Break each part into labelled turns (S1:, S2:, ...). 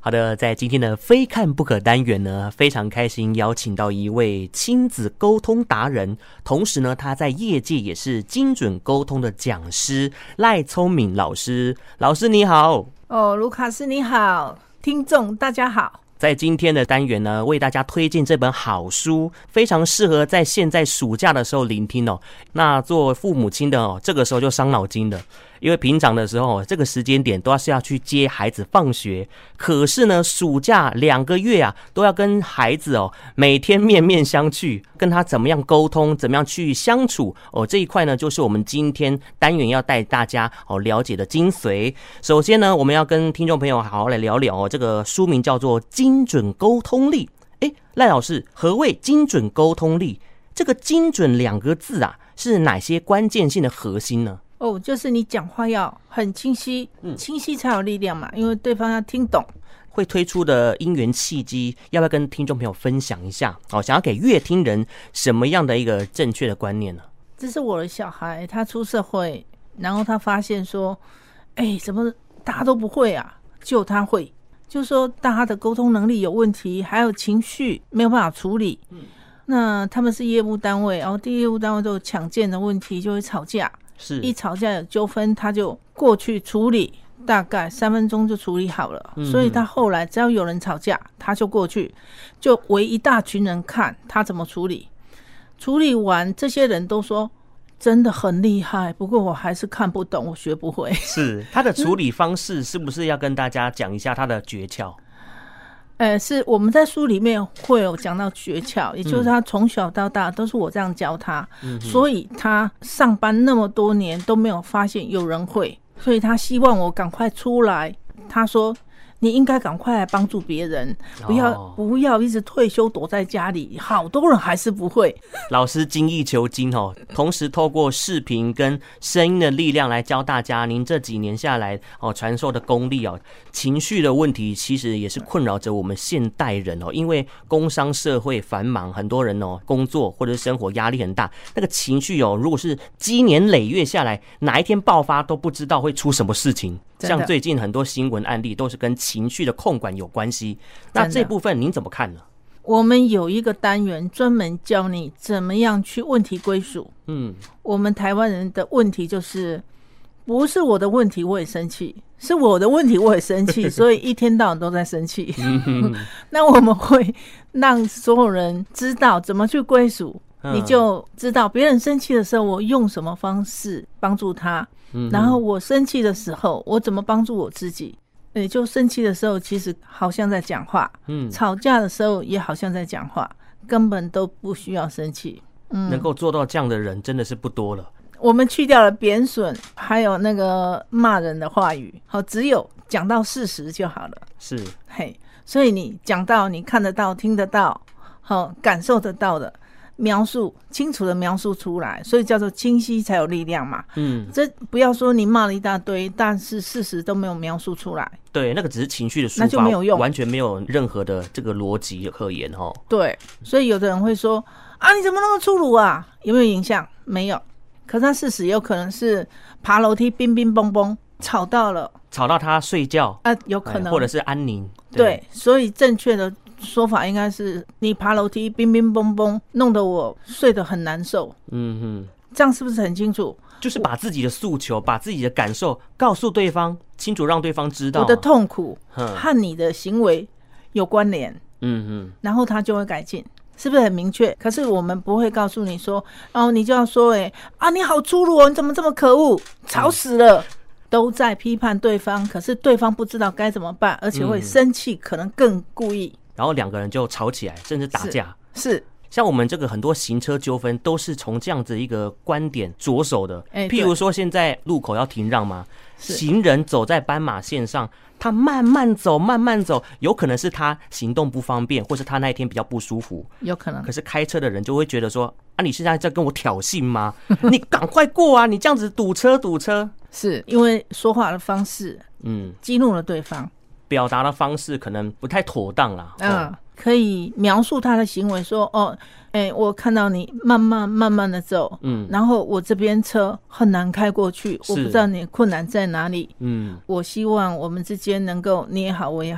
S1: 好的，在今天的非看不可单元呢，非常开心邀请到一位亲子沟通达人，同时呢，他在业界也是精准沟通的讲师赖聪敏老师。老师你好。
S2: 卢卡斯你好，听众大家好。
S1: 在今天的单元呢，为大家推荐这本好书，非常适合在现在暑假的时候聆听哦。那做父母亲的哦，这个时候就伤脑筋了，因为平常的时候这个时间点都是要去接孩子放学，可是呢，暑假2个月啊，都要跟孩子哦每天面面相觑，跟他怎么样沟通，怎么样去相处哦，这一块呢，就是我们今天单元要带大家哦了解的精髓。首先呢，我们要跟听众朋友好好来聊聊哦，这个书名叫做《精准沟通力》。赖老师，何谓精准沟通力？这个精准2个字啊，是哪些关键性的核心呢？
S2: 就是你讲话要很清晰，清晰才有力量嘛，因为对方要听懂。
S1: 会推出的因缘契机，要不要跟听众朋友分享一下？想要给乐听人什么样的一个正确的观念呢？
S2: 这是我的小孩，他出社会，然后他发现说，怎么大家都不会啊，就他会，就是说大家的沟通能力有问题，还有情绪没有办法处理。那他们是业务单位，然后业务单位都有抢件的问题，就会吵架。
S1: 是，一
S2: 吵架有纠纷，他就过去处理，大概3分钟就处理好了。所以他后来只要有人吵架，他就过去，就围一大群人看他怎么处理。处理完，这些人都说真的很厉害，不过我还是看不懂，我学不会。
S1: 是他的处理方式，是不是要跟大家讲一下他的诀窍？
S2: 是我们在书里面会有讲到诀窍，也就是他从小到大都是我这样教他，所以他上班那么多年都没有发现有人会，所以他希望我赶快出来。他说你应该赶快来帮助别人，不要一直退休躲在家里，好多人还是不会。
S1: 老师精益求精哦，同时透过视频跟声音的力量来教大家，您这几年下来传授的功力哦。情绪的问题其实也是困扰着我们现代人哦，因为工商社会繁忙，很多人工作或者生活压力很大，那个情绪如果是积年累月下来，哪一天爆发都不知道会出什么事情。像最近很多新闻案例都是跟情绪的控管有关系，那这部分您怎么看呢？
S2: 我们有一个单元专门教你怎么样去问题归属。我们台湾人的问题就是不是我的问题我也生气，是我的问题我也生气，所以一天到晚都在生气。那我们会让所有人知道怎么去归属，你就知道别人生气的时候我用什么方式帮助他，然后我生气的时候我怎么帮助我自己。就生气的时候其实好像在讲话，吵架的时候也好像在讲话，根本都不需要生气。
S1: 能够做到这样的人真的是不多了。
S2: 我们去掉了贬损还有那个骂人的话语，只有讲到事实就好了。
S1: 是，
S2: 所以你讲到你看得到听得到感受得到的描述，清楚的描述出来，所以叫做清晰才有力量嘛。这不要说你骂了一大堆，但是事实都没有描述出来。
S1: 对，那个只是情绪的抒发，
S2: 那就没有用，
S1: 完全没有任何的这个逻辑可言
S2: 对，所以有的人会说啊，你怎么那么粗鲁啊？有没有影响？没有。可是他事实有可能是爬楼梯冰冰崩崩，吵到他睡觉有可能，
S1: 或者是安宁。
S2: 对，所以正确的说法应该是你爬楼梯冰冰崩崩，弄得我睡得很难受。这样是不是很清楚？
S1: 就是把自己的诉求，把自己的感受告诉对方，清楚让对方知道
S2: 我的痛苦和你的行为有关联。然后他就会改进。是不是很明确？可是我们不会告诉你说，你就要说你好粗鲁你怎么这么可恶，吵死了。都在批判对方，可是对方不知道该怎么办，而且会生气，可能更故意，
S1: 然后2个人就吵起来，甚至打架。
S2: 是
S1: 像我们这个很多行车纠纷都是从这样子一个观点着手的。譬如说现在路口要停让嘛，行人走在斑马线上，他慢慢走慢慢走，有可能是他行动不方便，或是他那一天比较不舒服，
S2: 有可能。
S1: 可是开车的人就会觉得说你现在在跟我挑衅吗？你赶快过啊，你这样子堵车。
S2: 是因为说话的方式激怒了对方，
S1: 表达的方式可能不太妥当啦。
S2: 可以描述他的行为说我看到你慢慢的走，然后我这边车很难开过去，我不知道你困难在哪里，我希望我们之间能够你也好我也好。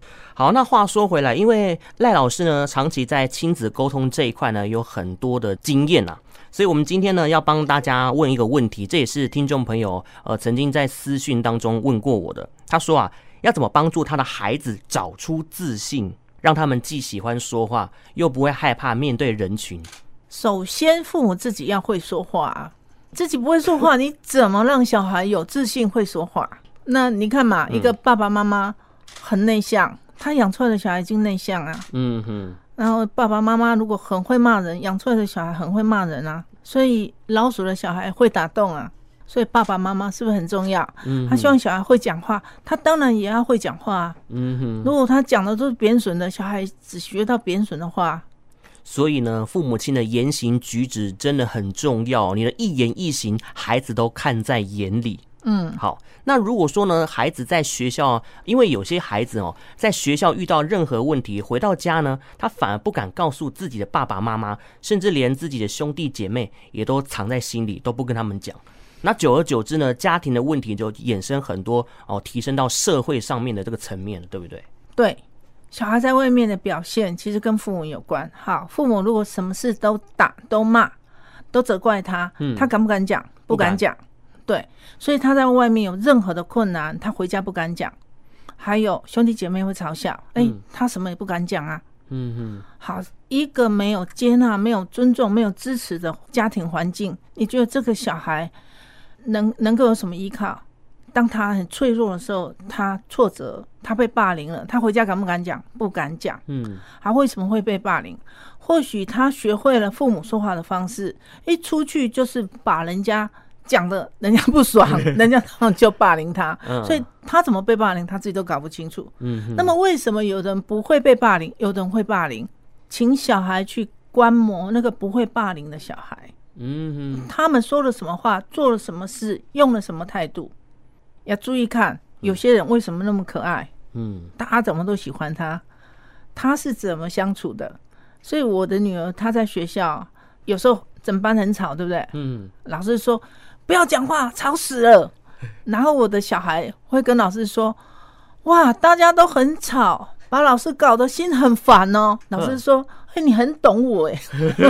S1: 好，那话说回来，因为赖老师呢长期在亲子沟通这一块呢有很多的经验啊，所以我们今天呢要帮大家问一个问题，这也是听众朋友曾经在私讯当中问过我的。他说啊，要怎么帮助他的孩子找出自信，让他们既喜欢说话，又不会害怕面对人群？
S2: 首先，父母自己要会说话啊，自己不会说话，你怎么让小孩有自信会说话？那你看嘛，一个爸爸妈妈很内向，他养出来的小孩已经内向啊。然后爸爸妈妈如果很会骂人，养出来的小孩很会骂人啊。所以老鼠的小孩会打洞啊。所以爸爸妈妈是不是很重要？他希望小孩会讲话，他当然也要会讲话啊。如果他讲的都是贬损的，小孩只学到贬损的话。
S1: 所以呢，父母亲的言行举止真的很重要，你的一言一行，孩子都看在眼里。好，那如果说呢，孩子在学校，因为有些孩子在学校遇到任何问题，回到家呢，他反而不敢告诉自己的爸爸妈妈，甚至连自己的兄弟姐妹也都藏在心里，都不跟他们讲。那久而久之呢，家庭的问题就衍生很多提升到社会上面的这个层面了，对不对？
S2: 对，小孩在外面的表现其实跟父母有关。好，父母如果什么事都打、都骂、都责怪他，他敢不敢讲？不敢讲。对，所以他在外面有任何的困难，他回家不敢讲。还有兄弟姐妹会嘲笑，他什么也不敢讲啊。好，一个没有接纳、没有尊重、没有支持的家庭环境，你觉得这个小孩能够有什么依靠？当他很脆弱的时候，他挫折，他被霸凌了，他回家敢不敢讲？不敢讲。他为什么会被霸凌？或许他学会了父母说话的方式，一出去就是把人家讲的人家不爽，人家就霸凌他，所以他怎么被霸凌他自己都搞不清楚。那么为什么有人不会被霸凌，有人会霸凌？请小孩去观摩那个不会霸凌的小孩，他们说了什么话，做了什么事，用了什么态度，要注意看有些人为什么那么可爱，大家怎么都喜欢他，他是怎么相处的。所以我的女儿她在学校有时候整班很吵，对不对？老师说不要讲话，吵死了。然后我的小孩会跟老师说，哇，大家都很吵，把老师搞得心很烦哦。老师说，你很懂我耶。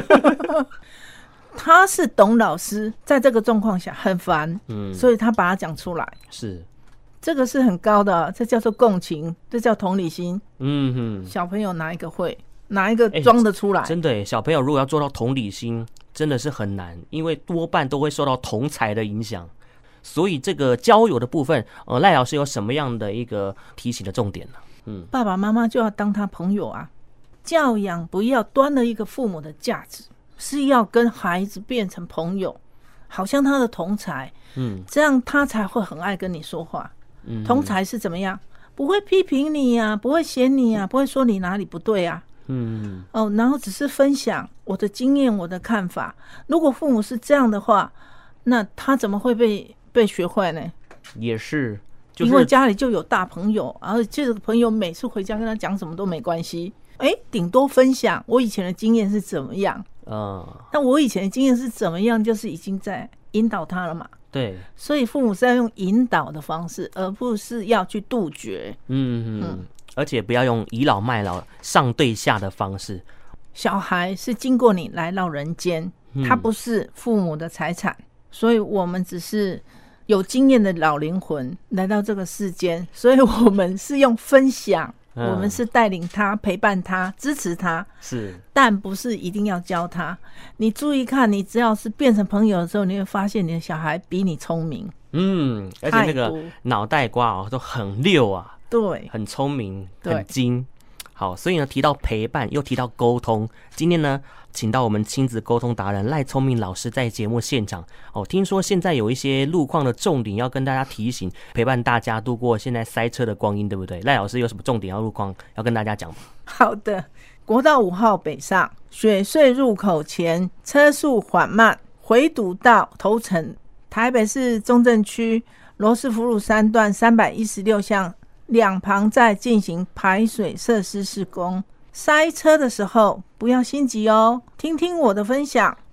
S2: 他是懂老师在这个状况下很烦，所以他把它讲出来。
S1: 是，
S2: 这个是很高的，这叫做共情，这叫同理心。小朋友哪一个会，哪一个装得出来？
S1: 真的耶，小朋友如果要做到同理心，真的是很难，因为多半都会受到同侪的影响。所以这个交友的部分，赖老师有什么样的一个提醒的重点呢？
S2: 爸爸妈妈就要当他朋友啊，教养不要端了一个父母的价值，是要跟孩子变成朋友，好像他的同儕，这样他才会很爱跟你说话。同儕是怎么样？不会批评你啊，不会嫌你啊，不会说你哪里不对啊。然后只是分享我的经验，我的看法。如果父母是这样的话，那他怎么会被学坏呢？
S1: 也是，
S2: 因为家里就有大朋友，然后这个朋友每次回家跟他讲什么都没关系，顶多分享我以前的经验是怎么样。但我以前的经验是怎么样，就是已经在引导他了嘛。
S1: 对，
S2: 所以父母是要用引导的方式，而不是要去杜绝。
S1: 而且不要用倚老卖老、上对下的方式。
S2: 小孩是经过你来到人间，他不是父母的财产，所以我们只是有经验的老灵魂来到这个世间，所以我们是用分享，我们是带领他、陪伴他、支持他，
S1: 是，
S2: 但不是一定要教他。你注意看，你只要是变成朋友的时候，你会发现你的小孩比你聪明，
S1: 而且那个脑袋瓜都很溜啊，
S2: 对，
S1: 很聪明，很精。好，所以呢，提到陪伴，又提到沟通，今天呢，请到我们亲子沟通达人赖聪明老师在节目现场。听说现在有一些路况的重点要跟大家提醒，陪伴大家度过现在塞车的光阴，对不对？赖老师有什么重点要路况要跟大家讲吗？
S2: 好的，国道5号北上，雪隧入口前车速缓慢，回堵到头城，台北市中正区罗斯福路3段316巷两旁在进行排水设施施工，塞车的时候不要心急哦，听听我的分享，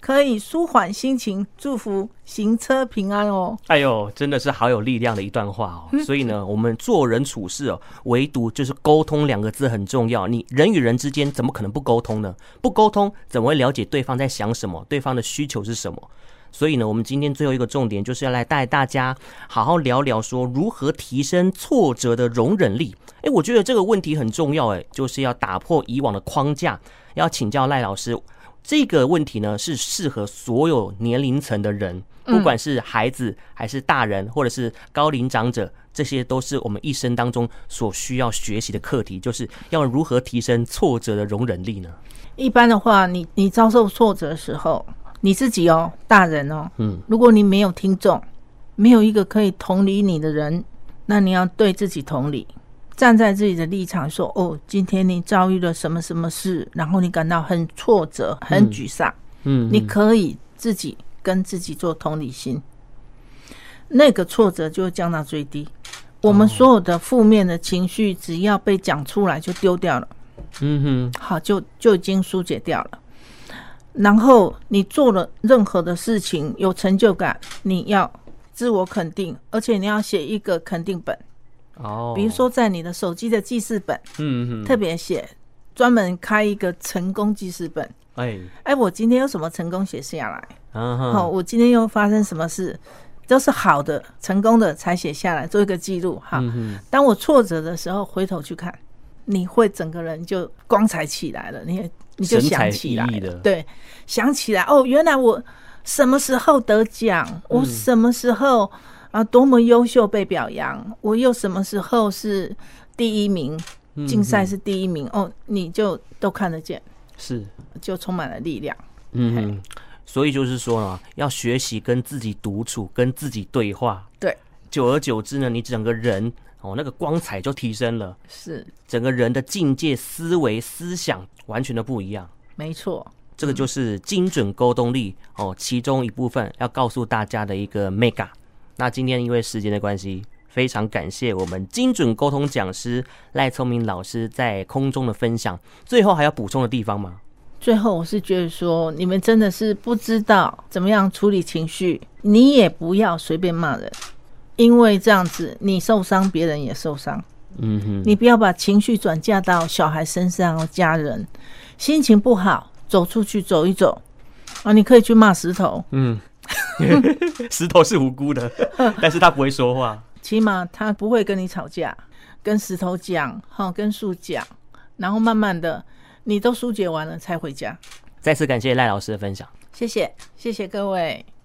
S2: 可以舒缓心情，祝福行车平安哦。
S1: 哎呦，真的是好有力量的一段话哦。所以呢，我们做人处事哦，唯独就是沟通2个字很重要。你人与人之间怎么可能不沟通呢？不沟通怎么会了解对方在想什么，对方的需求是什么？所以呢，我们今天最后一个重点就是要来带大家好好聊聊说如何提升挫折的容忍力。我觉得这个问题很重要，就是要打破以往的框架。要请教赖老师，这个问题呢是适合所有年龄层的人，不管是孩子还是大人，或者是高龄长者，这些都是我们一生当中所需要学习的课题，就是要如何提升挫折的容忍力呢？
S2: 一般的话，你遭受挫折的时候，你自己大人如果你没有听众，没有一个可以同理你的人，那你要对自己同理，站在自己的立场说，今天你遭遇了什么什么事，然后你感到很挫折很沮丧，你可以自己跟自己做同理心，那个挫折就会降到最低。我们所有的负面的情绪只要被讲出来就丢掉了，好，就已经疏解掉了。然后你做了任何的事情有成就感，你要自我肯定，而且你要写一个肯定本，比如说在你的手机的记事本，特别写，专门开一个成功记事本。我今天有什么成功写下来，我今天又发生什么事，都是好的成功的才写下来，做一个记录。好，当我挫折的时候回头去看，你会整个人就光彩起来了，你就想起来了，对，想起来原来我什么时候得奖，我什么时候多么优秀被表扬，我又什么时候是第1名，竞赛是第1名，你就都看得见，
S1: 是，就
S2: 充满了力量。
S1: 所以就是说呢，要学习跟自己独处，跟自己对话。
S2: 对，
S1: 久而久之呢，你整个人那个光彩就提升了，
S2: 是，整
S1: 个人的境界、思维、思想完全的不一样。
S2: 没错，
S1: 这个就是精准沟通力其中一部分要告诉大家的一个 mega。那今天因为时间的关系，非常感谢我们精准沟通讲师赖聪明老师在空中的分享。最后还要补充的地方吗？
S2: 最后我是觉得说，你们真的是不知道怎么样处理情绪，你也不要随便骂人，因为这样子你受伤，别人也受伤。你不要把情绪转嫁到小孩身上，家人心情不好，走出去走一走你可以去骂石头。
S1: 石头是无辜的，但是他不会说话，
S2: 起码他不会跟你吵架。跟石头讲，跟树讲，然后慢慢的你都疏解完了才回家。
S1: 再次感谢赖老师的分享，
S2: 谢谢各位。